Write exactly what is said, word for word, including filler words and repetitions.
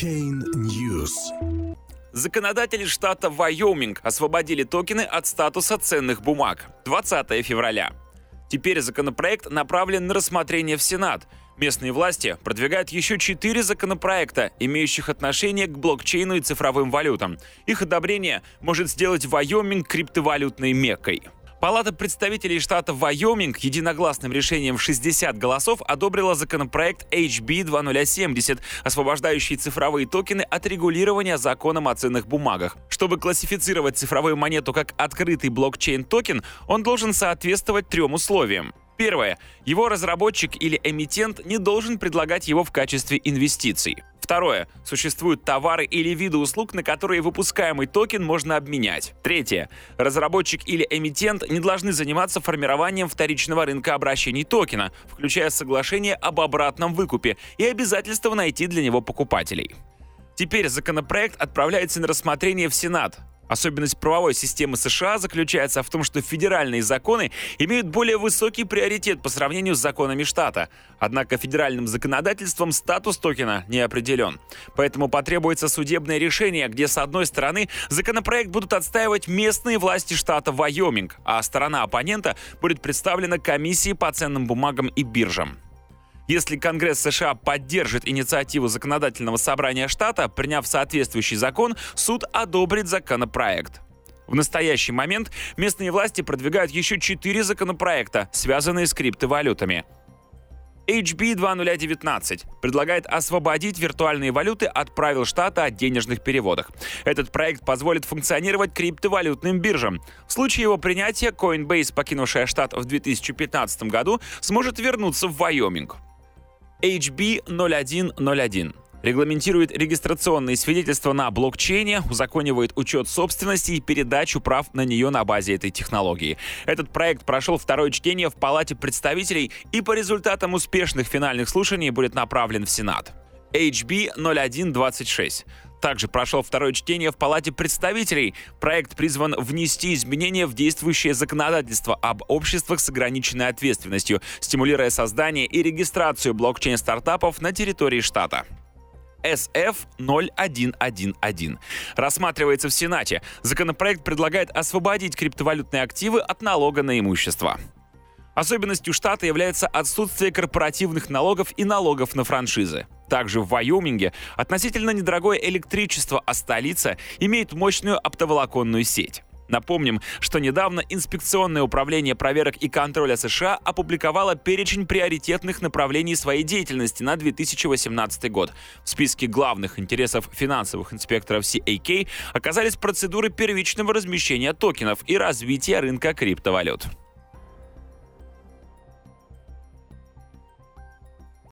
Блокчейн News. Законодатели штата Вайоминг освободили токены от статуса ценных бумаг. двадцатого февраля. Теперь законопроект направлен на рассмотрение в Сенат. Местные власти продвигают еще четыре законопроекта, имеющих отношение к блокчейну и цифровым валютам. Их одобрение может сделать Вайоминг криптовалютной меккой. Палата представителей штата Вайоминг единогласным решением в шестьдесят голосов одобрила законопроект эйч би две тысячи семьдесят, освобождающий цифровые токены от регулирования законом о ценных бумагах. Чтобы классифицировать цифровую монету как открытый блокчейн-токен, он должен соответствовать трем условиям. Первое. Его разработчик или эмитент не должен предлагать его в качестве инвестиций. Второе. Существуют товары или виды услуг, на которые выпускаемый токен можно обменять. Третье. Разработчик или эмитент не должны заниматься формированием вторичного рынка обращений токена, включая соглашение об обратном выкупе и обязательство найти для него покупателей. Теперь законопроект отправляется на рассмотрение в Сенат. Особенность правовой системы США заключается в том, что федеральные законы имеют более высокий приоритет по сравнению с законами штата. Однако федеральным законодательством статус токена не определен. Поэтому потребуется судебное решение, где, с одной стороны, законопроект будут отстаивать местные власти штата Вайоминг, а сторона оппонента будет представлена комиссией по ценным бумагам и биржам. Если Конгресс США поддержит инициативу законодательного собрания штата, приняв соответствующий закон, суд одобрит законопроект. В настоящий момент местные власти продвигают еще четыре законопроекта, связанные с криптовалютами. эйч би две тысячи девятнадцать предлагает освободить виртуальные валюты от правил штата о денежных переводах. Этот проект позволит функционировать криптовалютным биржам. В случае его принятия Coinbase, покинувшая штат в две тысячи пятнадцатом году, сможет вернуться в Вайоминг. эйч би ноль один ноль один регламентирует регистрационные свидетельства на блокчейне, узаконивает учет собственности и передачу прав на нее на базе этой технологии. Этот проект прошел второе чтение в Палате представителей и по результатам успешных финальных слушаний будет направлен в Сенат. эйч би ноль один двадцать шесть также прошел второе чтение в Палате представителей. Проект призван внести изменения в действующее законодательство об обществах с ограниченной ответственностью, стимулируя создание и регистрацию блокчейн-стартапов на территории штата. эс эф ноль один один один рассматривается в Сенате. Законопроект предлагает освободить криптовалютные активы от налога на имущество. Особенностью штата является отсутствие корпоративных налогов и налогов на франшизы. Также в Вайоминге относительно недорогое электричество, а столица имеет мощную оптоволоконную сеть. Напомним, что недавно Инспекционное управление проверок и контроля США опубликовало перечень приоритетных направлений своей деятельности на две тысячи восемнадцатый год. В списке главных интересов финансовых инспекторов си эй кей оказались процедуры первичного размещения токенов и развитие рынка криптовалют.